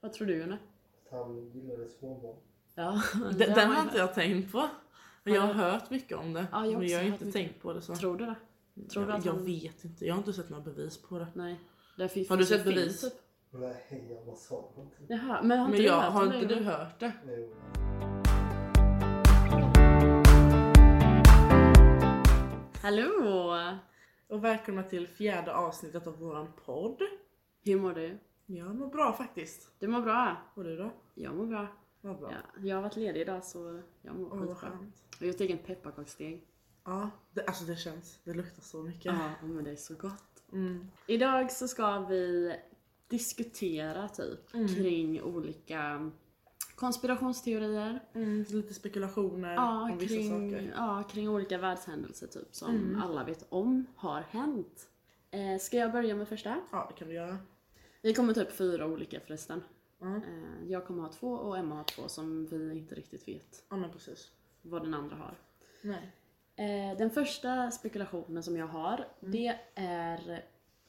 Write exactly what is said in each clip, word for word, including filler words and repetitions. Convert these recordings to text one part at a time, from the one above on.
Vad tror du, Jonne? Han gillade småbarn. Ja, Den, den har inte jag tänkt på. Men jag har hört mycket om det. Ja, jag har men jag har också inte hört tänkt på det så. Tror du det? Tror du jag att jag han... vet inte. Jag har inte sett några bevis på det. Nej. Det finns, Har du sett finns bevis? Typ. Nej, jag bara sa någonting. Jaha, men har inte Men du jag, hört har om inte det? du hört det? Jo. Hallå! Och välkomna till fjärde avsnittet av våran podd. Hur mår du? Jag mår bra faktiskt. Du mår bra? Och du då? Jag mår bra. Vad bra. Ja, jag har varit ledig idag så jag mår Åh, vad skitbra. skönt. Och jag tog en pepparkakssteg. Ja, det, alltså det känns. Det luktar så mycket. Ja, men det är så gott. Mm. Idag så ska vi diskutera typ Mm. kring olika konspirationsteorier. Mm, lite spekulationer Ja, om vissa kring, saker. ja, kring olika världshändelser typ som Mm. alla vet om har hänt. Eh, ska jag börja med första? Ja, det kan du göra. Vi kommer ta upp fyra olika förresten. Mm. Eh, jag kommer ha två och Emma har två som vi inte riktigt vet Ja, men precis. vad den andra har. Nej. Eh, den första spekulationen som jag har, Mm. det är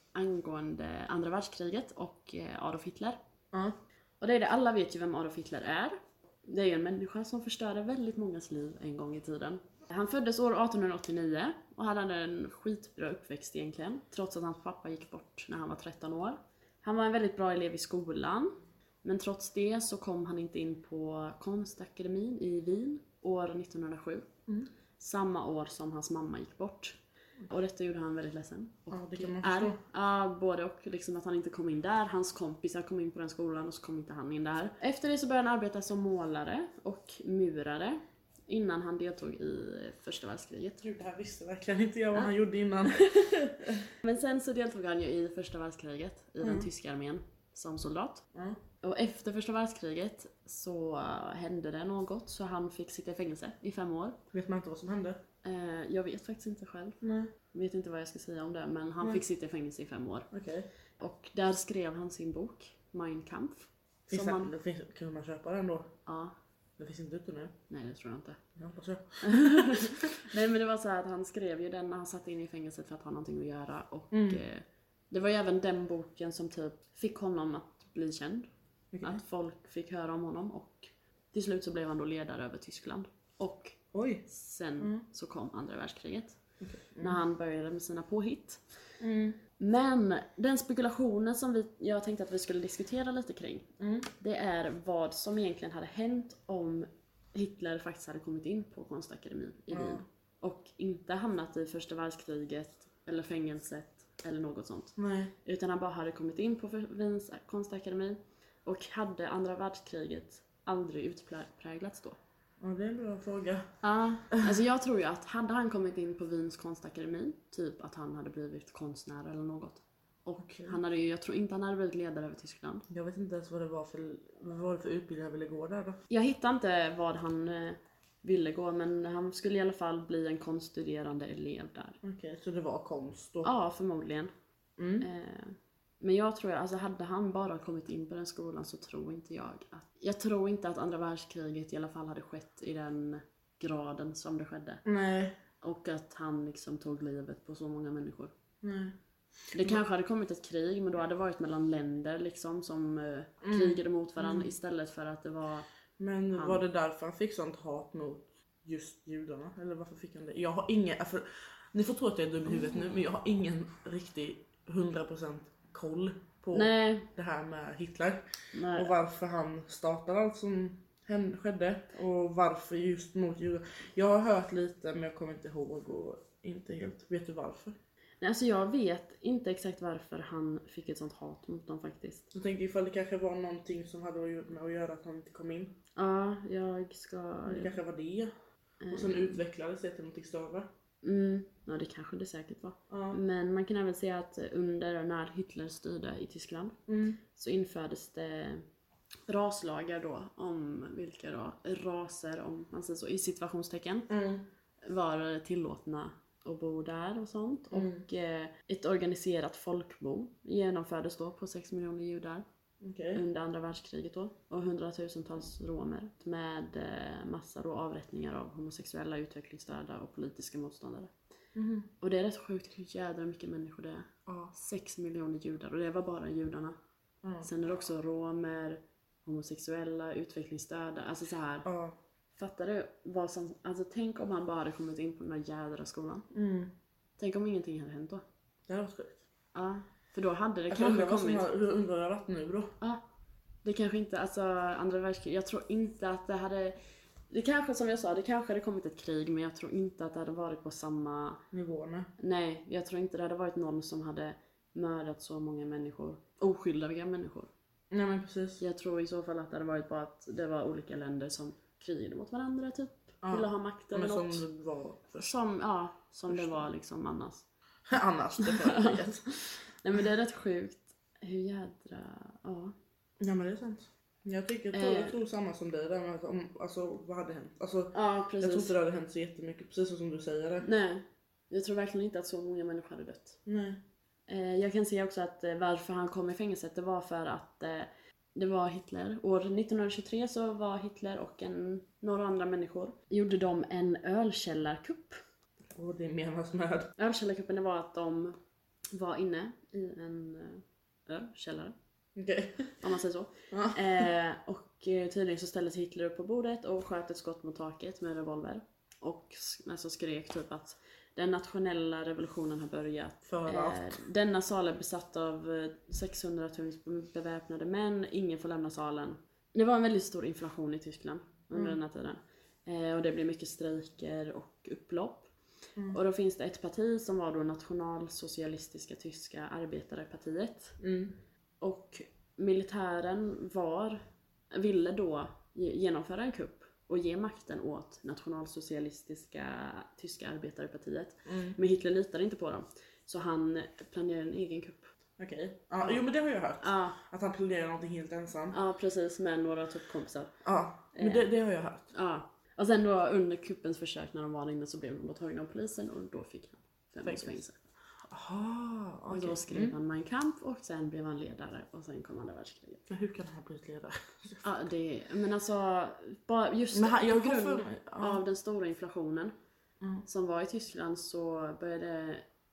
angående andra världskriget och eh, Adolf Hitler. Ja. Och det är det, alla vet ju vem Adolf Hitler är. Det är ju en människa som förstörde väldigt mångas liv en gång i tiden. Han föddes år arton åttionio och hade en skitbra uppväxt egentligen. Trots att hans pappa gick bort när han var tretton år. Han var en väldigt bra elev i skolan. Men trots det så kom han inte in på konstakademin i Wien år nittonhundrasju. Mm. Samma år som hans mamma gick bort. Och detta gjorde han väldigt ledsen. Och Ja, det kan man är, förstå. ja, både och liksom att han inte kom in där. Hans kompisar kom in på den skolan och så kom inte han in där. Efter det så började han arbeta som målare och murare. Innan han deltog i första världskriget. Gud, det här visste verkligen inte jag vad han gjorde innan. Men sen så deltog han ju i första världskriget i Mm. den tyska armén som soldat. Ja. Och efter första världskriget så hände det något så han fick sitta i fängelse i fem år. Vet man inte vad som hände? Eh, jag vet faktiskt inte själv. Nej. Vet inte vad jag ska säga om det, men han Nej. fick sitta i fängelse i fem år. Okej. Och där skrev han sin bok, Mein Kampf. Finns Som det, man, det finns, kan man köpa den då? ja, Det finns inte ute nu. nej det tror jag inte. Jag hoppas jag. Nej men det var så här att han skrev ju den när han satt in i fängelset för att ha någonting att göra. Och Mm. eh, det var ju även den boken som typ fick honom att bli känd. Okej. Att folk fick höra om honom och till slut så blev han då ledare över Tyskland. Och Oj. sen Mm. så kom andra världskriget. Okej. När han började med sina påhitt. Mm. Men den spekulationen som vi, jag tänkte att vi skulle diskutera lite kring. Mm. Det är vad som egentligen hade hänt om Hitler faktiskt hade kommit in på konstakademin i Ja. Wien. Och inte hamnat i första världskriget eller fängelset eller något sånt. Nej. Utan han bara hade kommit in på Wiens konstakademi. Och hade andra världskriget aldrig utpräglats då. Ja, det är en bra fråga. Ja, alltså jag tror ju att hade han kommit in på Wiens konstakademi, typ att han hade blivit konstnär eller något. Och Okej. han hade ju, jag tror inte han hade blivit ledare över Tyskland. Jag vet inte ens vad det var för, vad var det för utbildning jag ville gå där då. Jag hittar inte vad han eh, ville gå, men han skulle i alla fall bli en konststuderande elev där. Okej, så det var konst då? Ja, förmodligen. Mm. Eh, men jag tror, alltså hade han bara kommit in på den skolan så tror inte jag att... Jag tror inte att andra världskriget i alla fall hade skett i den graden som det skedde. Nej. Och att han liksom tog livet på så många människor. Nej. Det kanske hade kommit ett krig, men då hade det varit mellan länder liksom som eh, Mm. krigade mot varandra Mm. istället för att det var... Men Han. var det därför han fick sånt hat mot just judarna? Eller varför fick han det? Jag har ingen, alltså, ni får tro att jag är dum i huvudet nu, men jag har ingen riktig hundra procent koll på Nej, det här med Hitler. nej. Och varför han startade allt som hände, skedde. Och varför just mot judar. Jag har hört lite men jag kommer inte ihåg och inte helt. Vet du varför? Nej, alltså jag vet inte exakt varför han fick ett sånt hat mot dem faktiskt. Jag tänkte ifall det kanske var någonting som hade med att göra att han inte kom in. Ja, jag ska... Det kanske var det. Och sen utvecklades det till någonting större. Mm, ja, det kanske det säkert var. Ja. Men man kan även säga att under när Hitler styrde i Tyskland Mm. så infördes det raslagar då om vilka då raser, om man säger så, i situationstecken Mm. var tillåtna att bo där och sånt. Mm. Och eh, ett organiserat folkmord genomfördes då på sex miljoner judar Okej. under andra världskriget då. Och hundratusentals romer med eh, massa då avrättningar av homosexuella, utvecklingsstörda och politiska motståndare. Mm. Och det är rätt sjukt hur jävla mycket människor det är. Ja. sex miljoner judar och det var bara judarna. Ja. Sen är det också romer, homosexuella, utvecklingsstörda, alltså så här. Ja. Fattar du vad som, alltså tänk om han bara hade kommit in på den här jädra skolan. Mm. Tänk om ingenting hade hänt då. Det hade varit sjukt. Ja, för då hade det Jag kanske undrar vad som kommit. har, hur undrar jag varit nu då? Ja, det kanske inte, alltså andra världskriget, jag tror inte att det hade, det kanske som jag sa, det kanske hade kommit ett krig, men jag tror inte att det hade varit på samma Nivåerna. Nej, jag tror inte det hade varit någon som hade mördat så många människor, oskyldiga människor. Nej men precis. Jag tror i så fall att det hade varit bara att det var olika länder som krigade mot varandra typ. Ja. Ville ha makt eller Men något. som det var först. Som, ja, som Först. det var liksom annars. Annars, det får jag vet. Nej men det är rätt sjukt. Hur jädra, ja. Ja men det är sant. Jag tycker, jag tror, Eh. jag tror samma som dig där, men att om, alltså vad hade hänt? Alltså, Ja, jag tror precis. inte det hade hänt så jättemycket, precis så som du säger det. Nej, jag tror verkligen inte att så många människor hade dött. Nej. Eh, jag kan se också att eh, varför han kom i fängelset, det var för att eh, det var Hitler. År nittonhundratjugotre så var Hitler och en, några andra människor, gjorde de en ölkällarkupp. Och det menas med. Ölkällarkuppen det var att de var inne i en eh, ölkällare, Okej. om man säger så. Ja. Eh, och eh, tydligen så ställde sig Hitler upp på bordet och sköt ett skott mot taket med revolver. Och sk- alltså skrek typ att den nationella revolutionen har börjat. För Eh, att. denna sal är besatt av eh, sexhundra tusen beväpnade män. Ingen får lämna salen. Det var en väldigt stor inflation i Tyskland under Mm. den här tiden. Eh, och det blev mycket strejker och upplopp. Mm. Och då finns det ett parti som var då nationalsocialistiska tyska arbetarepartiet. Mm. Och militären var, ville då ge- genomföra en kupp och ge makten åt nationalsocialistiska tyska arbetarepartiet. Mm. Men Hitler litade inte på dem. Så han planerade en egen kupp. Okej. Ja, jo men det har jag hört. Ja, Att han planerar någonting helt ensam. ja precis, med några typ kompisar. Ja, men det, det har jag hört. Ja. Och sen då under kuppens försök när de var inne så blev de då tagna av polisen och då fick han fem års Fängelse. fängelse. Aha, Och okej. då skrev Mm. han Mein Kampf och sen blev han ledare och sen kom andra världskriget. Men hur kan han bli ledare? Ja, det, men alltså, bara just Men han, jag på har grund för mig. av Ja. den stora inflationen Mm. som var i Tyskland så började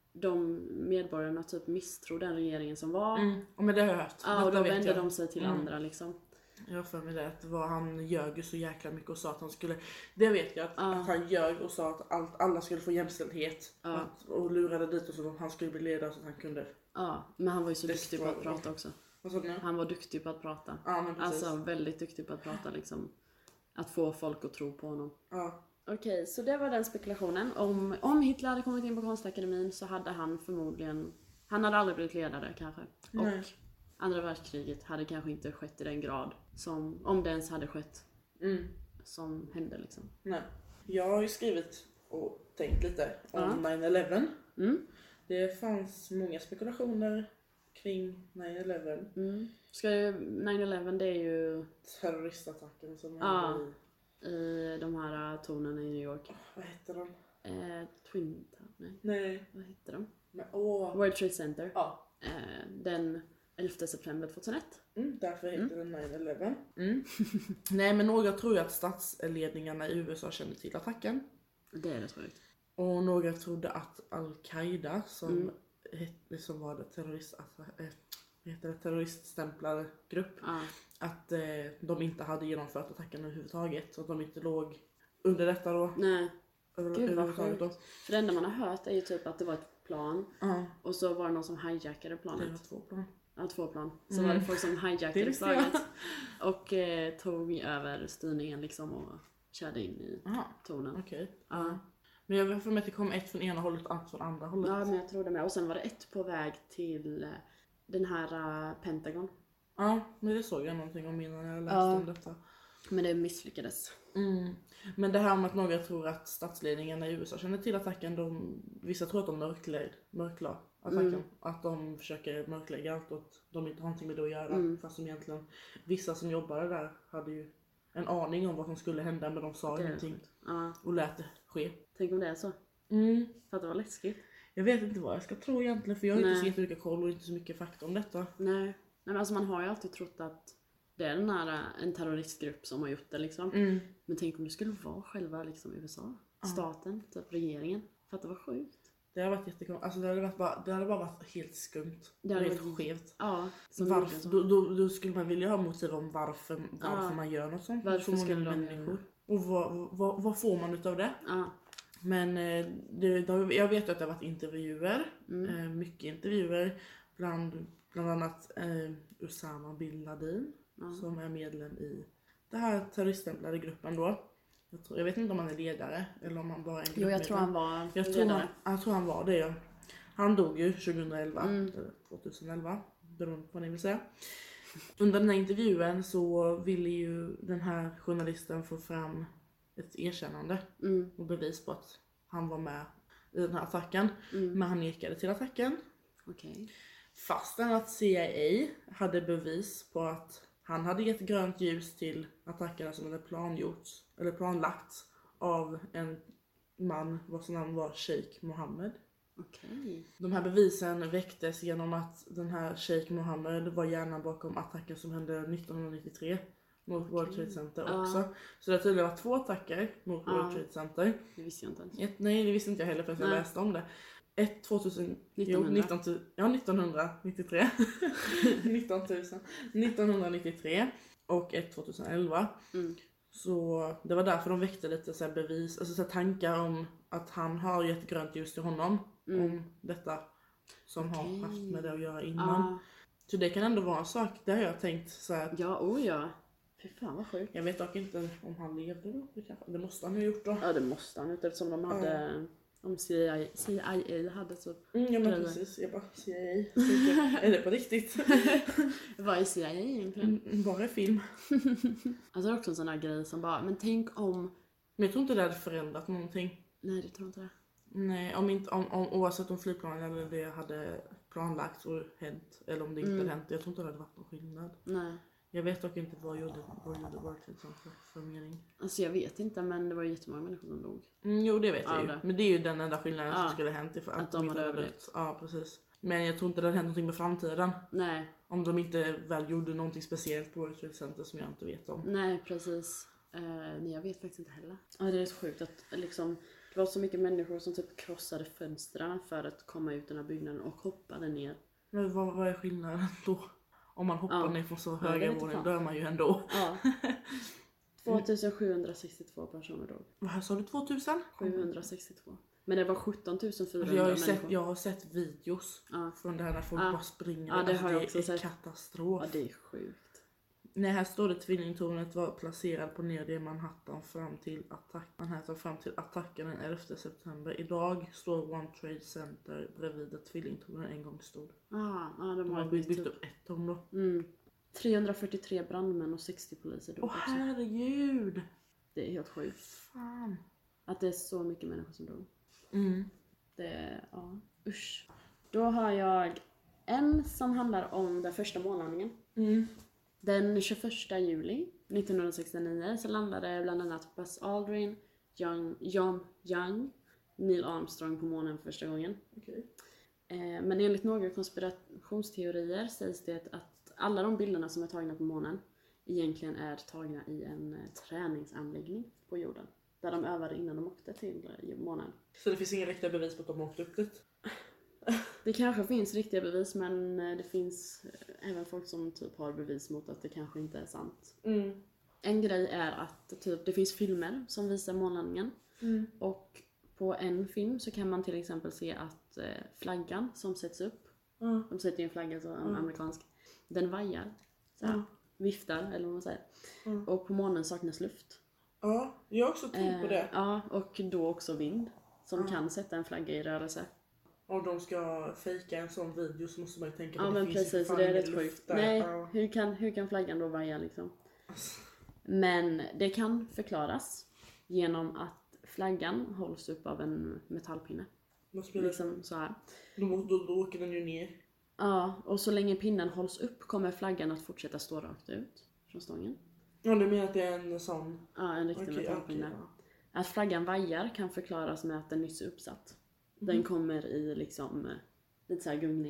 de medborgarna typ misstro den regeringen som var. Mm. Ja, men det har jag hört. Ja, och Detta då vet vände jag. de sig till Mm. andra liksom. Jag har för mig det, att det var, han ljög ju så jäkla mycket och sa att han skulle, det vet jag, att, Ja. att han ljög och sa att allt, alla skulle få jämställdhet. Ja. Att, och lurade dit och så att han skulle bli ledare så att han kunde. Ja, men han var ju så Det duktig på att var- prata också. Vad sa du nu? Han var duktig på att prata. Ja men precis. Alltså väldigt duktig på att prata liksom. Att få folk att tro på honom. Ja. Okej, så det var den spekulationen. Om, om Hitler hade kommit in på konstakademin så hade han förmodligen, han hade aldrig blivit ledare kanske. Nej. Och andra världskriget hade kanske inte skett i den grad som, om det ens hade skett, Mm. som hände liksom. Nej. Jag har ju skrivit och tänkt lite om Ja. nine eleven. Mm. Det fanns många spekulationer kring nine eleven. Mm. Ska ju, nine eleven det är ju Terroristattacken som Ja. hände i, i de här tornen i New York. vad heter de? Eh, Twin Tower, nej, Nej. vad heter de? Men åh. World Trade Center. Ja. Eh, den elfte september tjugohundraett. Mm, därför heter Mm. den nine eleven. Mm. Nej men några tror ju att statsledningarna i U S A kände till attacken. Det är rätt sjukt. Och några trodde att Al-Qaida som, Mm. hette, som var det terrorist, alltså, eh, vad heter det, terroriststämplad grupp. Ja. Att eh, de inte hade genomfört attacken överhuvudtaget. Så att de inte låg under detta då. Nej, Över, Gud, vad överhuvudtaget då. för det enda man har hört är ju typ att det var ett plan. Ja, Och så var det någon som hijackade det planet. var två plan. Ja, två plan. Så Mm. var det folk som Det hijackade visste jag. planet. Och eh, tog över styrningen liksom och körde in i Jaha, tornen. okej. Ja. Men jag vet för mig att det kom ett från ena hållet och ett från andra hållet. Ja, men jag tror det med. Och sen var det ett på väg till eh, den här uh, Pentagon. Ja, men det såg jag någonting om innan jag läste Ja. om detta. Men det misslyckades. Mm. Men det här om att några tror att statsledningarna i U S A känner till attacken, de, vissa tror att de mörklade, mörkla attacken. Mm. Att de försöker mörklägga allt och att de inte har någonting med det att göra. Mm. Fast som egentligen, vissa som jobbade där hade ju en aning om vad som skulle hända men de sa Det är ingenting. Ja. Och lät det ske. Tänk om det är så. Mm. För att det var läskigt. Jag vet inte vad jag ska tro egentligen för jag har Nej. inte så jättemycket koll och inte så mycket fakta om detta. Nej. Nej men alltså man har ju alltid trott att det är den här, äh, en terroristgrupp som har gjort det liksom. Mm. Men tänk om det skulle vara själva liksom U S A. Ja. Staten, typ regeringen. För att det var sjukt. Det hade varit jättekonstigt. Alltså det hade, varit bara, det hade bara varit helt skumt. Det hade helt varit- skevt. Ja, som Varför, då, då, då skulle man vilja ha motiv om varför, varför Ja. man gör något sånt. Varför med så många skulle de- människor. Och vad, vad, vad får man utav det? Ja. Men eh, det, då, jag vet att det har varit intervjuer. Mm. Eh, mycket intervjuer. Bland, bland annat eh, Usama bin Laden. Ja. Som är medlem i den här terroriststämplade gruppen då. Jag, tror, jag vet inte om han är ledare eller om han bara är en Jo, jag tror han gruppmedlem. var jag tror han, ledare. jag tror han var det. Ja. Han dog ju tjugoelva. Mm. Eller tjugoelva. Beroende på vad ni vill säga. Under den här intervjun så ville ju den här journalisten få fram ett erkännande Mm. och bevis på att han var med i den här attacken. Mm. Men han nekade till attacken. Okej. Fastän att C I A hade bevis på att han hade gett grönt ljus till attackerna som hade plangjorts, eller planlagts av en man vars namn var Sheikh Mohammed. Okej. De här bevisen väcktes genom att den här Sheikh Mohammed var hjärnan bakom attacken som hände nittonhundranittiotre mot World Trade Center Ja. också. Så det har tydligen varit två attacker mot Ja. World Trade Center. Det visste jag inte ens. Ett, nej, det visste inte jag heller för att jag Nej. läste om det. Ett tvåtusen... nittonhundra. Jo, nitton, tu- ja, nittonhundranittiotre. nittontusen. nittonhundranittiotre och ett tjugoelva. Mm. Så det var därför de väckte lite så här bevis, alltså så här tankar om att han har gett grönt ljus till honom Mm. om detta som Okej. har haft med det att göra innan. Ja. Så det kan ändå vara en sak, det har jag tänkt så här. Ja, oh ja. Fy fan vad sjukt. Jag vet dock inte om han levde då, det, kanske, det måste han ha gjort då. Ja, det måste han inte eftersom de hade... Om C I A, C I A hade så... Mm, ja men Eller- precis, jag bara C I A. Tänkte, är det på riktigt? Vad är C I A egentligen? Mm, bara film. Alltså det är också en sån här grej som bara... Men tänk om... Men jag tror inte det hade förändrat någonting. Nej, det tror jag inte det. Nej, om inte, om, om, oavsett om flygplanen eller det hade planlagts och hänt. Eller om det inte Mm. hade hänt. Jag tror inte det hade varit någon skillnad. Nej. Jag vet dock inte vad gjorde, vad gjorde World Trade Center för mening. Alltså jag vet inte, men det var ju jättemånga människor som dog. Mm, jo det vet Ja, jag ju. det. Men det är ju den enda skillnaden Ja. som skulle ha hänt. Ifall Att de inte hade dött. överlevt. Ja, precis. Men jag tror inte det hade hänt någonting med framtiden. Nej, Om de inte väl gjorde någonting speciellt på World Trade Center som jag inte vet om. nej precis. Uh, nej, jag vet faktiskt inte heller. Ja, det är så sjukt att liksom... Det var så mycket människor som typ krossade fönstren för att komma ut den här byggnaden och hoppade ner. Men vad, vad är skillnaden då? Om man hoppar Ja. ner från så Jag höga vet inte våningar fan. dör man ju ändå. Ja. tvåtusen sjuhundrasextiotvå personer dog. Vad här sa du, tvåtusen? sjuhundrasextiotvå. Men det var sjuttontusen fyrahundra Jag har, ju människor. sett, jag har sett videos Ja. från det här när folk Ja. bara springer. Ja, det Alltså, har jag också är sett. katastrof. Ja, det är sjukt. Nej, här står det tvillingtornet var placerad på nedre Manhattan fram till attack. Manhattan fram till attacken den elfte september. Idag står One Trade Center bredvid där tvillingtornen en gång stod. Ah, ja, de De har har byggt, byggt byggt upp. upp ett torn då. Mm. trehundrafyrtiotre brandmän och sextio poliser dog Åh också. herregud! Det är helt sjukt. Fan. Att det är så mycket människor som dog. Mm. Det är, ja, usch. Då har jag en som handlar om den första månlandningen. Mm. Den tjugoförsta juli nittonhundrasextionio så landade bland annat Buzz Aldrin, John, John Young, Neil Armstrong på månen för första gången. Okej. Eh, men enligt några konspirationsteorier sägs det att alla de bilderna som är tagna på månen egentligen är tagna i en eh, träningsanläggning på jorden. Där de övade innan de åkte till eh, månen. Så det finns inga riktiga bevis på att de har åkt upp dit? Det kanske finns riktiga bevis men eh, det finns eh, även folk som typ har bevis mot att det kanske inte är sant. Mm. En grej är att typ, det finns filmer som visar månlandningen. Mm. Och på en film så kan man till exempel se att eh, flaggan som sätts upp, Mm. de sätter ju en flagga så Mm. amerikansk, den vajar, så här, Mm. viftar eller vad man säger. Mm. Och på månen saknas luft. Ja, jag har också tänkt på Eh, det. ja, och då också vind som Mm. kan sätta en flagga i rörelse. Om de ska fejka en sån video så måste man ju tänka på Ja att men det finns ju precis, fan det är ingen rätt luft sjukt. där. Nej, Ja. hur kan, hur kan flaggan då vaja liksom? Alltså, Men det kan förklaras genom att flaggan hålls upp av en metallpinne. vad spelar det? Liksom så här. Då, må- då, då åker den ju ner. Ja, och så länge pinnen hålls upp kommer flaggan att fortsätta stå rakt ut från stången. Ja, du menar att det är en sån? Ja, en riktig Okej, metallpinne. okej, Att flaggan vajar kan förklaras med att den nyss är uppsatt. Den Mhm. kommer i liksom eh, lite så här gungning.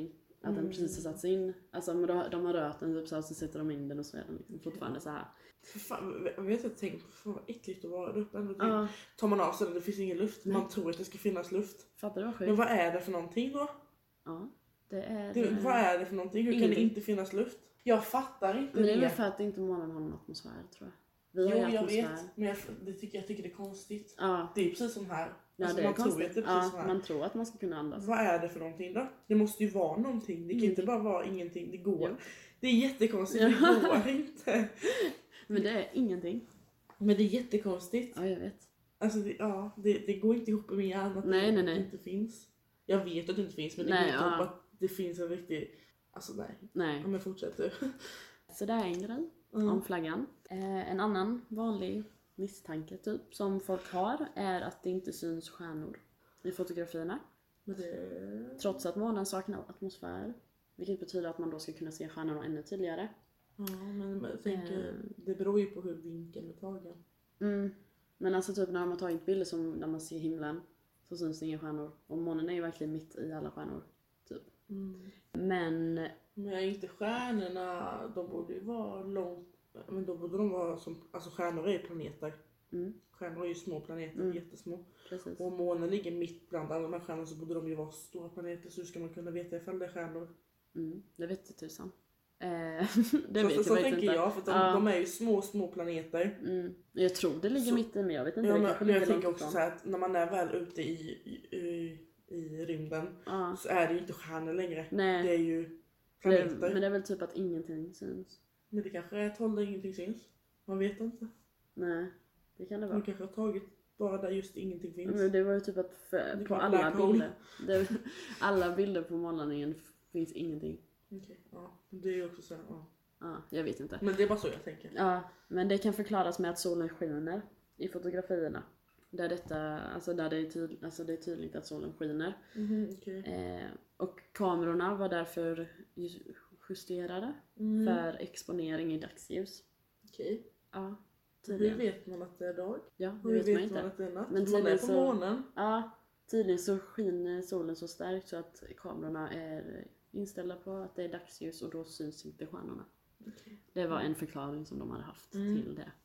Att den precis har satts in. Alltså men då, de har rört den typ så här, så sätter de in den och så är den liksom fortfarande så här. För fan, jag vet inte, tänk fan vad äckligt att vara där uppe. Ändå. Ja. Tar man av sig den, det finns ingen luft. Nej. Man tror att det ska finnas luft. Fattar du vad sjukt? Men vad är det för någonting då? Ja. Det är... Det, vad är det för någonting? Hur kan det Ingenting. inte finnas luft? Jag fattar inte Men det är det. väl för att inte månen har någon atmosfär tror jag. Vi har Jo, ju jag atmosfär. vet. Men jag, det tycker, jag tycker det är konstigt. Ja. Det är ju precis som här. Ja, Alltså, det är man tror ju konstigt. att det är precis Ja, som här. man tror att man ska kunna andas. Vad är det för någonting då? Det måste ju vara någonting. Det kan inte bara vara ingenting. Det går. Jo. Det är jättekonstigt. Det går inte. Men det är ingenting. Men det är jättekonstigt. Ja, jag vet. Alltså, det, ja, det, det går inte ihop med min hjärna att Nej, det nej, nej. inte finns. Jag vet att det inte finns, men det Nej, går inte ja. ihop att det finns en riktig... Alltså nej. Nej. Ja, men fortsätt du. Så det är en grej Mm. om flaggan. Eh, en annan vanlig misstanke typ som folk har är att det inte syns stjärnor i fotografierna. Men det... Trots att månen saknar atmosfär. Vilket betyder att man då ska kunna se stjärnorna ännu tydligare. Ja, men jag tänker... Eh. Det beror ju på hur vinkeln är tagen. Mm. Men alltså typ när man har tagit bilder som när man ser himlen så syns det inga stjärnor. Och månen är ju verkligen mitt i alla stjärnor. Typ. Mm. Men Men inte stjärnorna, de borde ju vara långt... Men då borde de vara som... Alltså stjärnor är ju planeter. mm, Stjärnor är ju små planeter, Mm. jättesmå. precis. Och om månen ligger mitt bland alla de här stjärnorna så borde de ju vara stora planeter. Så hur ska man kunna veta ifall det är stjärnor? Mm, det vet jag tusan. Eh, det så vet jag så, så faktiskt tänker inte. jag, för att de, Ja. de är ju små, små planeter. Mm. Jag tror det ligger Så- mitt i, men jag vet inte. Ja, det men, kanske men jag ligger tänker långt också ifrån. så här att när man är väl ute i, i, i, i rymden Ja. så är det ju inte stjärnor längre. Nej. Det är ju Det, planeter. men det är väl typ att ingenting syns. Men det kanske är ett håll där ingenting syns. Man vet inte. Nej, det kan det Man vara. kanske har tagit bara där just ingenting finns. Men det var ju typ att för, Det på var alla black hole. bilder. Det, alla bilder på månlandningen finns ingenting. Okej, ja. Det är ju också så här, ja. Ja, jag vet inte. Men det är bara så jag tänker. Ja, men det kan förklaras med att solen skiner i fotografierna. Där detta, alltså där det är, tyd, alltså det är tydligt att solen skiner. Mhm, okej. Eh, och kamerorna var därför ju- justerade Mm. för exponering i dagsljus. Okej. Ja, Hur tydligen. vet man att det är dag? Ja, det Hur vet man inte. att det är natt? Men Men man är tydligen på så- månen. Ja, tydligen så skiner solen så starkt så att kamerorna är inställda på att det är dagsljus och då syns inte stjärnorna. Okej. Det var en förklaring som de hade haft Mm. till det.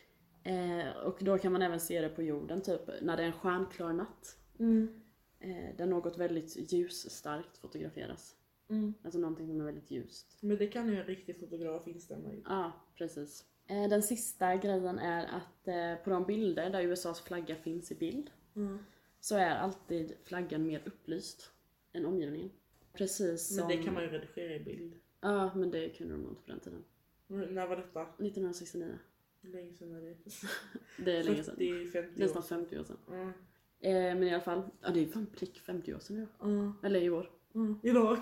Eh, och då kan man även se det på jorden, typ när det är en stjärnklar natt. Mm. Eh, där något väldigt ljusstarkt fotograferas. Mm. Alltså någonting som är väldigt ljust. Men det kan ju en riktig fotograf instämma i. Ja, precis. Eh, den sista grejen är att eh, på de bilder där U S A:s flagga finns i bild Mm. så är alltid flaggan mer upplyst än omgivningen. Precis som... Men det kan man ju redigera i bild. Ja, men det kunde de nog inte på den tiden. Men när var detta? nittonhundrasextionio. Hur länge sedan är det? Det är länge sedan. fyrtio femtio Nästan år. femtio år sedan. Mm. Eh, men i alla fall, ja det är fan prick femtio år sedan nu. Mm. Eller i år. Mm. Idag.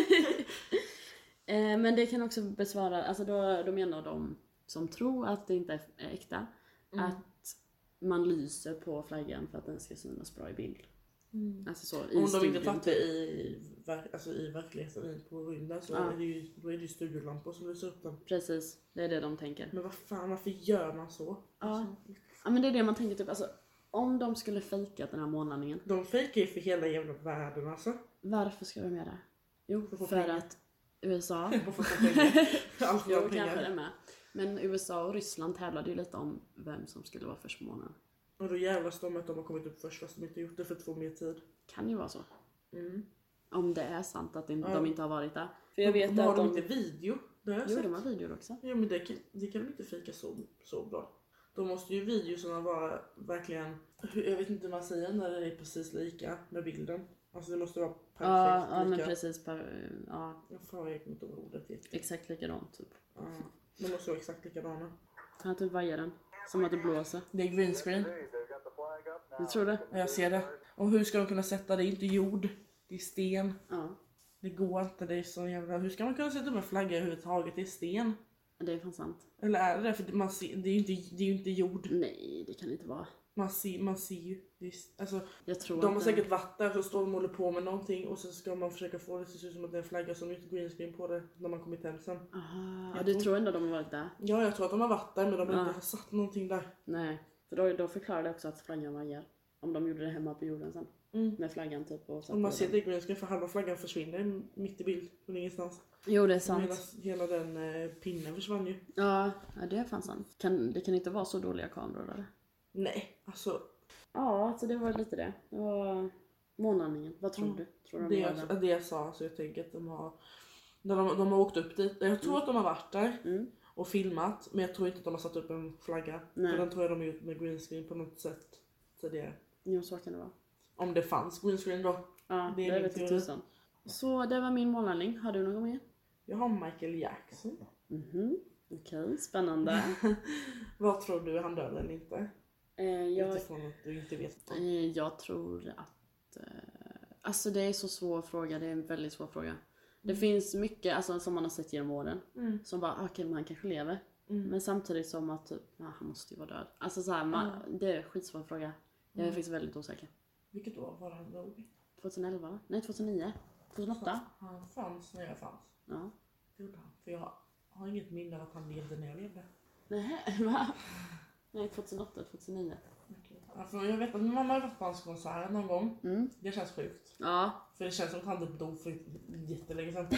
Eh, men det kan också besvara, alltså då, då menar de som tror att det inte är, är äkta, Mm. att man lyser på flaggan för att den ska synas bra i bild. Mm. Alltså så, i Om de studion, inte tagit typ. det i, ver- alltså i verkligheten, i- på rymden, så Ja. är det ju, då är det ju studiolampor som lyser upp den. Precis, det är det de tänker. Men vad fan, varför gör man så? Ja. Alltså, Ja men det är det man tänker typ, alltså om de skulle fejka den här månlandningen, de fejkar ju för hela jävla världen alltså. varför ska de göra det? Jo, För att få för pengar. att U S A, Bara för att få pengar. Allt jo för kanske pengar. det med, men U S A och Ryssland tävlade ju lite om vem som skulle vara först på månen. Och då jävlas de att de har kommit upp först fast de inte gjort det för att få mer tid. Kan ju vara så. Mm. Om det är sant att det, Ja. de inte har varit där. För jag vet Men har att de de... inte video? Det har jag Jo, sett. de har videor också. Ja men det kan, det kan de inte fejka så, så bra. Då måste ju videorna vara verkligen, hur- jag vet inte vad man säger när det är precis lika med bilden. Alltså det måste vara perfekt Ja, ja men lika. precis. Per, ja, Ja, fan jag kommer inte ihåg ordet helt. exakt likadant typ. Ja, de måste vara exakt likadana. Han typ vajar den. Som att det blåser. Det är green screen. Du tror det? Ja, jag ser det. Och hur ska de kunna sätta det? Det är inte jord. Det är sten. Ja. Det går inte. Det är så jävla... Hur ska man kunna sätta upp en flagga överhuvudtaget? Det är sten. Det är fan sant. Eller är det det? För man ser, det är ju inte, det är ju inte jord. Nej, det kan det inte vara. Man ser, man ser ju. Det är, alltså, Jag tror de har inte... säkert varit där och står de och håller på med någonting. Och så ska man försöka få det att se ut som att det är en flagga som inte green screen på det när man kommit hem sen. Aha, Jag du tror- tror ändå de har varit där? Ja, jag tror att de har varit där men de har Ja. inte har satt någonting där. Nej. För då, då förklarar det också att flaggan vajar. om de gjorde det hemma på jorden sen. Mm. Med flaggan typ. Och Om man ser det grönskan för halva flaggan försvinner mitt i bild från ingenstans. Jo, det är sant. Hela, hela den eh, pinnen försvann ju. Ja, ja det är fan sant. Kan, det kan inte vara så dåliga kameror eller? Nej, alltså. Ja, alltså det var lite det. Det var månlandningen. Vad tror Mm. du? Tror du Det de jag, var där? det jag sa, så jag tänker att de har, de, de har åkt upp dit. Jag tror Mm. att de har varit där Mm. och filmat, men jag tror inte att de har satt upp en flagga. Nej. För den tror jag de har gjort med greenscreen på något sätt tidigare. Jo, så kan det vara. Om det fanns greenscreen då. Ja, Det det, är är min vet teori. tusan. Så det var min månlandning. Har du någon mer? Jag har Michael Jackson. Mhm. Okej, spännande. Vad tror du, är han död eller inte? eh, jag, Utifrån att du inte vet. eh, jag tror att... Eh, alltså det är så svår fråga. Det är en väldigt svår fråga. Det Mm. finns mycket alltså, som man har sett genom åren. Mm. Som bara, okej, men han kanske lever. Mm. Men samtidigt som att typ, ja, han måste ju vara död. Alltså så här, man, det är en skitsvår fråga. Jag är Mm. faktiskt väldigt osäker. Vilket år var han dog? tjugoelva va? Nej, tjugohundranio. tjugohundraåtta. Han fanns när jag fanns. Ja. Det gjorde han. För jag har inget minne av att han levde när jag levde. Nej, va? Nej, tjugohundraåtta, tjugohundraonio. Okej. Ja, för jag vet att min mamma har varit på hans konsert någon gång. Mm. Det känns sjukt. Ja, För det känns som att han typ dog för jättelänge sedan.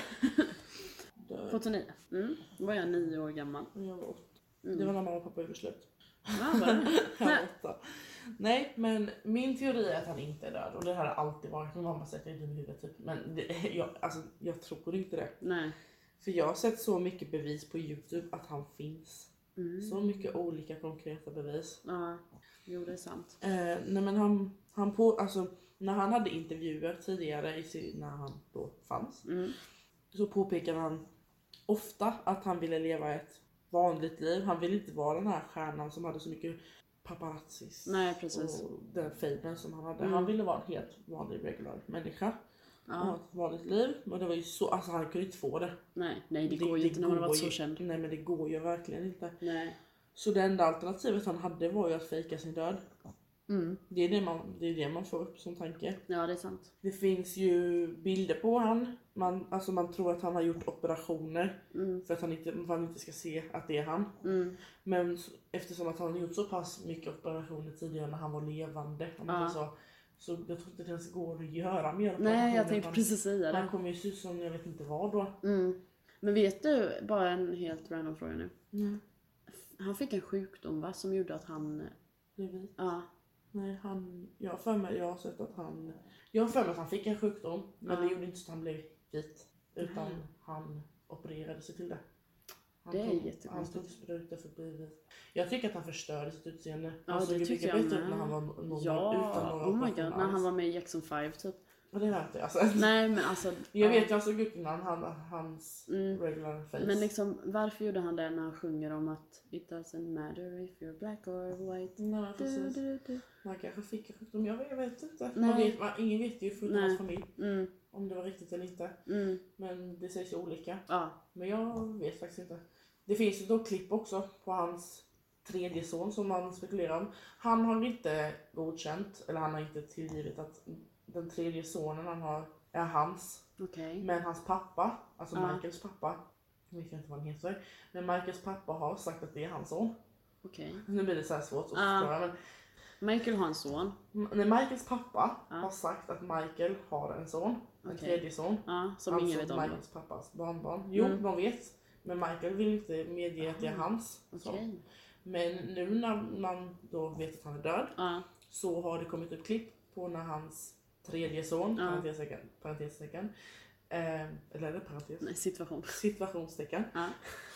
Död. tjugohundranio. Mm. Då var jag nio år gammal. Och jag var åtta. Mm. Det var när mamma och pappa gjorde slut. Ja, var det? Jag var åtta. Nej, men min teori är att han inte är död. Och det här har alltid varit. Min mamma säger att jag är dum i huvudet typ. Men det, jag, alltså, jag tror inte det. Nej. För jag har sett så mycket bevis på YouTube att han finns. Mm. Så mycket olika konkreta bevis. Ja, jo det är sant. Eh, nej men han, han på, alltså när han hade intervjuer tidigare i sin, när han då fanns. Mm. Så påpekade han ofta att han ville leva ett vanligt liv. Han ville inte vara den här stjärnan som hade så mycket paparazzis. Nej, precis. Och den famen som han hade. Mm. Han ville vara en helt vanlig regular människa. Och ha Ja. ett vanligt liv. Och det var ju så, alltså han kunde inte få det. Nej, nej, det går ju inte när man har varit så känd. Nej men det går ju verkligen inte. Nej. Så det enda alternativet han hade var ju att fejka sin död. Mm. Det är det man, det är det man får upp som tanke. Ja, det är sant. Det finns ju bilder på han. Man, alltså man tror att han har gjort operationer. Mm. För att han inte, man inte ska se att det är han. Mm. Men s- eftersom att han har gjort så pass mycket operationer tidigare när han var levande. Om man Ja. så, så jag tror inte det ens går att göra mer operationer. Nej, jag tänkte han, precis säga Han det. kommer ju se ut som jag vet inte vad då. Mm. Men vet du, bara en helt random fråga nu. Nej, Han fick en sjukdom va, som gjorde att han... det är vi. Ja, Nej, han, jag har för mig, jag har sett att han, jag har för mig att han fick en sjukdom. Men Ja. det gjorde inte så att han blev vit. Utan Mhm. han opererade sig till det. Han Det är tog, Han jättekonstigt. tog sprutor för att bli vit. Jag tycker att han förstörde sitt utseende. Ja, han det såg ju tycker mycket jag bättre ut med. när han var normal ja. utan några Oh my god, operationer när han alls. var med i Jackson fem typ. Och det vet jag. Alltså, Nej men alltså... jag ja. vet hur han såg ut innan han hade hans Mm. regular face. Men liksom, varför gjorde han det när han sjunger om att it doesn't matter if you're black or white? Nej, Du, precis. du, du. Man kanske fick en sjukdom. Jag vet, jag vet inte. Nej. Man vet, man, ingen vet ju förutom Nej. hans familj. Mm, Om det var riktigt eller inte. mm, Men det sägs ju olika. ja. Men jag vet faktiskt inte. Det finns ju då klipp också på hans tredje son som man spekulerar om. Han har inte godkänt, eller han har inte tillgivit att den tredje sonen han har är hans. Okej. Men hans pappa, alltså Ja. Michaels pappa, jag vet inte vad han heter, men Michaels pappa har sagt att det är hans son. Okej. Nu blir det så här svårt att Ja. förklara, men Michael har en son. m- när Michaels pappa Ja. har sagt att Michael har en son, en Okej. tredje son. Ja, som alltså ingen vet om. då. Michaels pappas barnbarn. Jo, Mm. de vet. Men Michael vill inte medge att det är Aha. hans Okej. son. Men nu när man då vet att han är död Ja. så har det kommit upp klipp på när hans tredje son, Ja. parentestecken, parentestecken, eh, eller är det parentes? Nej, situation. Situationstecken, Ja.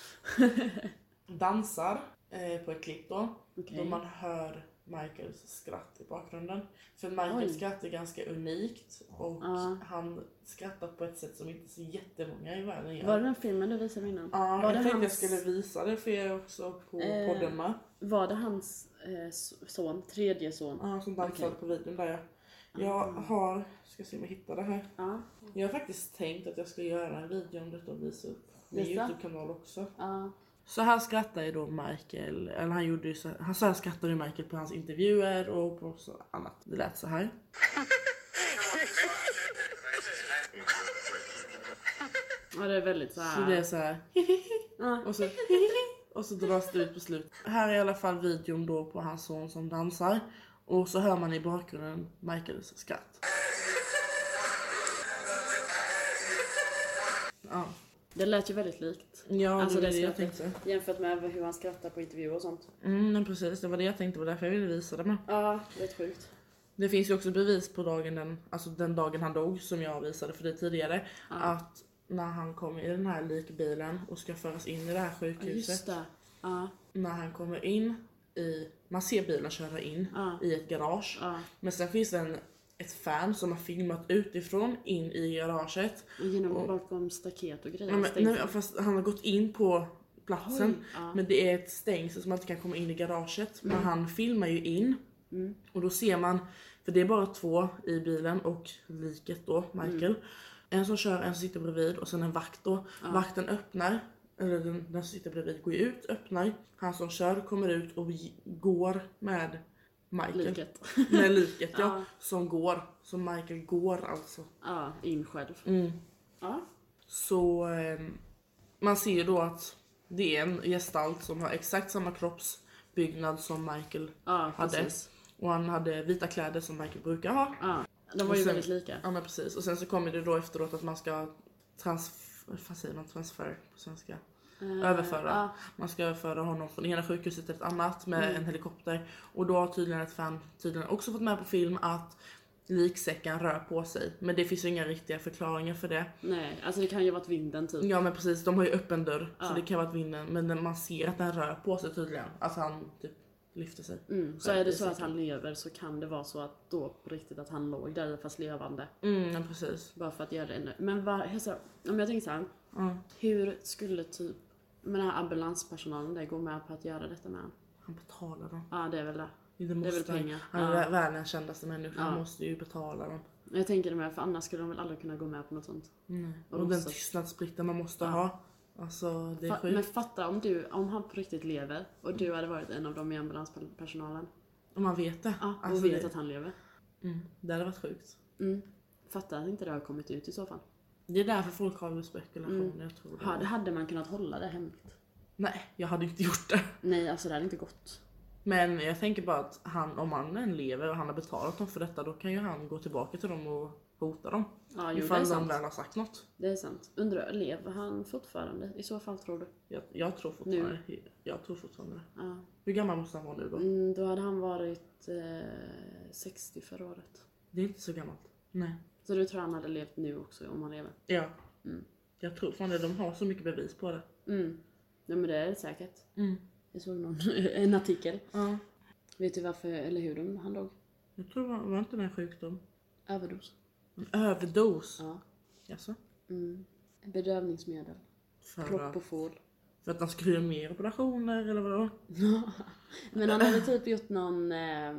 dansar eh, på ett klipp då. Okej. Då man hör Michaels skratt i bakgrunden. För Michaels Oj. skratt är ganska unikt och Ja. han skrattar på ett sätt som inte så jättemånga i världen gör. Var det den filmen du visade innan? Ja, var jag det tänkte hans- jag skulle visa det för er också på Eh. podden med. Var det hans eh, son, tredje son? Ja, som dansade okej. på videon där. Jag Ah. har, ska se om jag hittar det här. Ja. Jag har faktiskt tänkt att jag ska göra en video om detta och visa upp min Visa? YouTube-kanal också. Ja. Så här skrattar ju då Michael, eller han gjorde ju så, han så här skrattade ju Michael på hans intervjuer och på så annat. Det lät så här. Ja, det är väldigt så Så här. det är så här. Ja. Och så, och så dras det ut på slut. Här är i alla fall videon då på hans son som dansar. Och så hör man i bakgrunden Michaels skratt. Ja. Det lät ju väldigt likt. Ja, Alltså det är det det jag skrattet. tänkte. Jämfört med hur han skrattar på intervjuer och sånt. Mm, men precis, det var det jag tänkte, var därför jag ville visa det med. Ja, det är sjukt. Det finns ju också bevis på dagen den, alltså den dagen han dog, som jag visade för dig tidigare. Ja. Att när han kom i den här likbilen och ska föras in i det här Ja, sjukhuset. just det. Ja, När han kommer in i, man ser bilen köra in Ja. i ett garage. ja. Men sen finns det en, ett fan som har filmat utifrån in i garaget. Och genom Och- bakom staket och grejer. Ja, men, Stängt. nej, fast han har gått in på platsen. Oj, ja. Men det är ett stängsel som man inte kan komma in i garaget. Men han filmar ju in. Mm. Och då ser man, för det är bara två i bilen och liket då, Michael. Mm. En som kör, en som sitter bredvid och sen en vakt då. Vakten öppnar, eller den, den som sitter bredvid går ju ut, öppnar. Han som kör kommer ut och gi- går med Michael. Liket. Med liket ja, Ja. som går. Så Michael går alltså. Ja, in själv. Mm. Ja. Så eh, man ser ju då att det är en gestalt som har exakt samma kroppsbyggnad som Michael Ja, hade. precis. Och han hade vita kläder som Michael brukar ha. Ja, de var Och ju sen- väldigt lika. Ja men precis. Och sen så kommer det då efteråt att man ska trans... Vad säger man? Transfer på svenska? Eh, Överföra. Ja, Man ska överföra honom från ena sjukhuset till ett annat med Mm. en helikopter. Och då har tydligen ett fan tydligen också fått med på film att liksäcken rör på sig. Men det finns ju inga riktiga förklaringar för det. nej, alltså det kan ju ha varit vinden typ. Ja men precis, de har ju öppen dörr. Ja. Så det kan vara att vinden. Men när man ser att den rör på sig tydligen. Att han typ lyfter sig. Mm. Så Själv är det i så att säcken. han lever så kan det vara så att då på riktigt att han låg där fast levande. Mm, men precis. Bara för att göra det ännu. Men vad, alltså, om jag tänker så här. Ja. Hur skulle typ med den här ambulanspersonalen där gå med på att göra detta med honom? Han betalar dem. Ja, det är väl det. Det, väl måste, pengar. Han är Ja. världens kändaste människa. Han Ja. måste ju betala dem. Jag tänker det med, för annars skulle de väl aldrig kunna gå med på något sånt. Nej. Och Och den måste- tystnadsplikten man måste Ja. ha. Alltså det är Fa- sjukt. men fatta om du, om han på riktigt lever och du hade varit en av dem i ambulanspersonalen. Om man vet det. Ja, och Alltså, vet det, att han lever. mm, det hade varit sjukt. Mm. Fatta att inte det har kommit ut i så fall. Det är därför folk har spekulationer. Mm. Jag tror det. Hade, hade man kunnat hålla det hemligt? Nej, jag hade inte gjort det. Nej, alltså det hade inte gått. Men jag tänker bara att han, om han än lever och han har betalat dem för detta, då kan ju han gå tillbaka till dem och hota dem. Ja, jo, det är Ifall de sant. väl har sagt något. Det är sant. Undrar, lever han fortfarande? I så fall tror du? Jag, jag tror fortfarande Jag tror fortfarande det. Ja. Hur gammal måste han vara nu då? Mm, då hade han varit eh, sextio förra året. Det är inte så gammalt. Nej. Så du tror han hade levt nu också om han lever? Ja. Mm. Jag tror fan det. De har så mycket bevis på det. Mm. Ja, men det är det säkert. Mm. Jag såg någon, en artikel. Ja. Vet du varför, eller hur de, han dog? Jag tror det var, var inte det en sjukdom? Överdos. En överdos? Ja. Jaså? Mm. Bedövningsmedel. För, att- Propofol. för att de skulle göra mer operationer eller vadå? Men han hade typ gjort någon... Eh,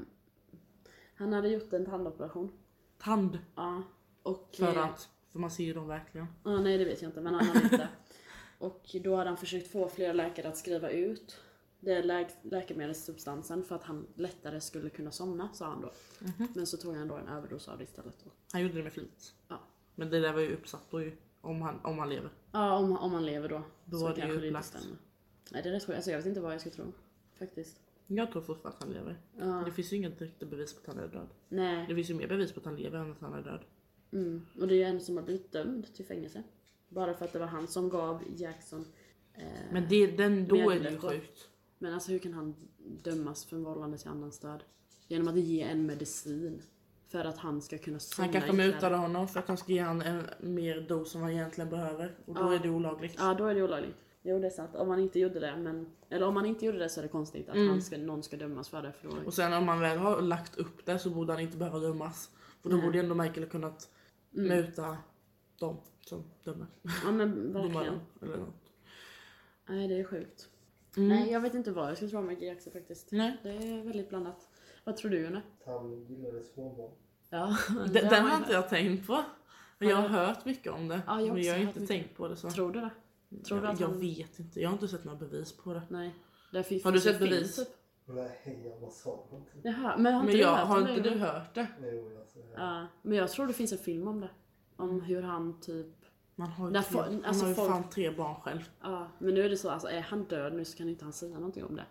han hade gjort en tandoperation. Tand. Ja. Och... För eh, att. För man ser ju dem verkligen. Ja, nej det vet jag inte, men han hade gjort det. Och då hade han försökt få flera läkare att skriva ut det läk- läkemedelssubstansen för att han lättare skulle kunna somna, sa han då. Mhm. Men så tog han då en överdos av det istället. Han gjorde det med flit. Ja. Men det där var ju uppsatt då ju. Om han, om han lever. Ja, om, om han lever då. Då så var det kanske ju det inte upplagt. stämmer. Nej, det är rätt sjukt. Alltså jag vet inte vad jag ska tro. Faktiskt. Jag tror fortfarande att han lever. Ja. Det finns ju inget riktigt bevis på att han är död. Nej. Det finns ju mer bevis på att han lever än att han är död. Mm. Och det är ju en som har blivit dömd till fängelse. Bara för att det var han som gav Jackson... Eh, Men det, den, då är det ju medlet då. sjukt. Men alltså hur kan han dömas för vållande till annans död? Genom att ge en medicin. För att han ska kunna somna Han kanske i kläder. mutade honom för att han ska ge han en mer dos som han egentligen behöver. Och då Ja. är det olagligt. Ja, då är det olagligt. Jo, det är sant. Om man inte gjorde det, men... Eller om man inte gjorde det så är det konstigt att Mm. han ska, någon ska dömas för det. För då... Och sen om man väl har lagt upp det så borde han inte behöva dömas. För då Nej. borde ändå Michael ha kunnat Mm. muta dem som dömer. Ja, men verkligen. Domaren eller något. Nej, det är sjukt. Mm. Nej, jag vet inte vad jag ska tro om Michael Jackson faktiskt. Nej. Det är väldigt blandat. Vad tror du, Jonne? Han gillade småbarn. Ja, Den, det den man har inte jag tänkt på. Men jag har hört mycket om det. Ja, jag men också jag har hört inte mycket. tänkt på det så. Tror du det? Tror du jag att jag han... vet inte. Jag har inte sett några bevis på det. Nej. Det finns, Har du finns sett en film, bevis? Typ. Nej, jag bara sa någonting. Jaha, men har inte Men du jag, hört har om inte det? du hört det? Jo, alltså, jag, Ja, men jag tror det finns en film om det. Om hur han typ... Man har ju, När tre, fo- han alltså har ju folk- fan tre barn själv. Ja, men nu är det så, alltså är han död nu så kan inte han säga någonting om det.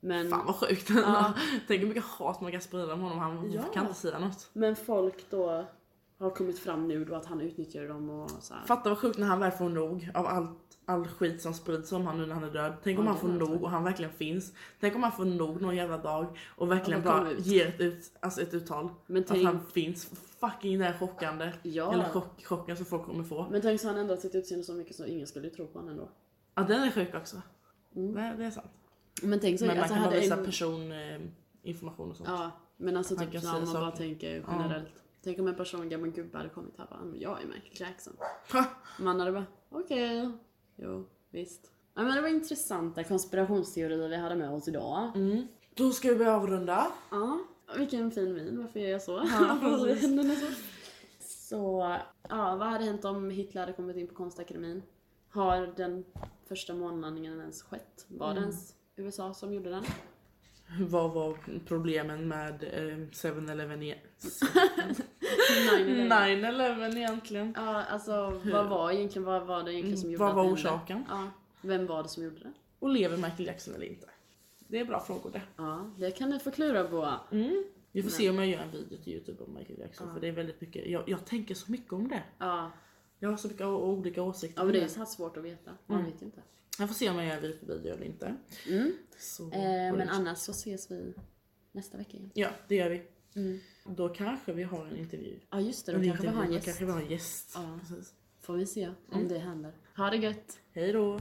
Men, Fan vad sjukt. Ja. Tänk hur mycket hat man kan sprida om honom. Han Ja. kan inte säga något. men folk då har kommit fram nu då att han utnyttjar dem och så här. Fatta vad sjukt när han väl får nog av allt, all skit som sprids om han nu när han är död. Tänk om Ja, han får det är nog sant. och han verkligen finns. Tänk om han får nog någon jävla dag och verkligen Och bara bara kommer ut. ger ett, ut, alltså ett uttal. Men Att tänk, han finns. Fucking det här chockande. ja. Eller chock, chocken som folk kommer få. Men tänk så han ändrat sitt utseende så mycket så ingen skulle ju tro på honom ändå. Ja, den är sjuk också. Mm. Det, det är sant. Men tänk så, Men man alltså kan bara hade visa en... personinformation och sånt. Ja, men alltså Han typ kan så säga om man bara saker. tänker generellt. Tänk om en person, gammal gubbe hade kommit här och bara, jag är Michael Jackson. Ha! Man hade bara, okej, jo, visst. Ja, men det var intressanta konspirationsteorier vi hade med oss idag. Mm. Då ska vi börja avrunda. Ja, vilken fin vin, varför gör jag så? Ja, precis. Händerna så. Så, ja, vad hade hänt om Hitler hade kommit in på konstakademin? Har den första månlandningen ens skett? Var det Mm. ens U S A som gjorde den? Vad var problemen med eh, seven eleven e- nine eleven egentligen? Ja, alltså vad var egentligen, vad var det egentligen som Mm, gjorde vad att var det hände? orsaken? Ja, vem var det som gjorde det? Och lever Michael Jackson eller inte? Det är bra frågor det. Ja, det kan ni få klura på. Mm. Vi får Nej. se om jag gör en video till YouTube om Michael Jackson. Ja. För det är väldigt mycket, jag, jag tänker så mycket om det. Ja, Jag har så mycket o- olika åsikter ja om men det är det. så här svårt att veta. Man Mm. vet ju inte. Jag får se om jag gör en video eller inte. Mm. Så, Eh, men annars så ses vi nästa vecka igen. Ja, det gör vi. Mm. Då kanske vi har en intervju. Ja just det, då En kanske vi har en intervju, gäst. kanske vi har en gäst. Ja. Precis. Får vi se om Mm. det händer. Ha det gött! Hej då!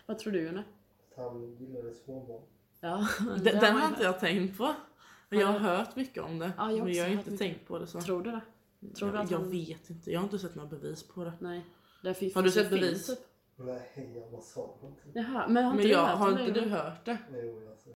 Vad tror du, Jonne? Att han gillade småbarn. Ja, Den, det den var- har inte jag tänkt på. Men jag har hört mycket om det. Ja, jag har men jag har också hört inte mycket. tänkt på det så. Tror du det? Tror du jag att jag han... vet inte. Jag har inte sett några bevis på det. Nej. Det finns, Har du finns sett ju bevis? film, typ. Nej, jag bara sa någonting. Jaha, men har inte Men du jag hört har om inte det? du hört det? Jo, alltså.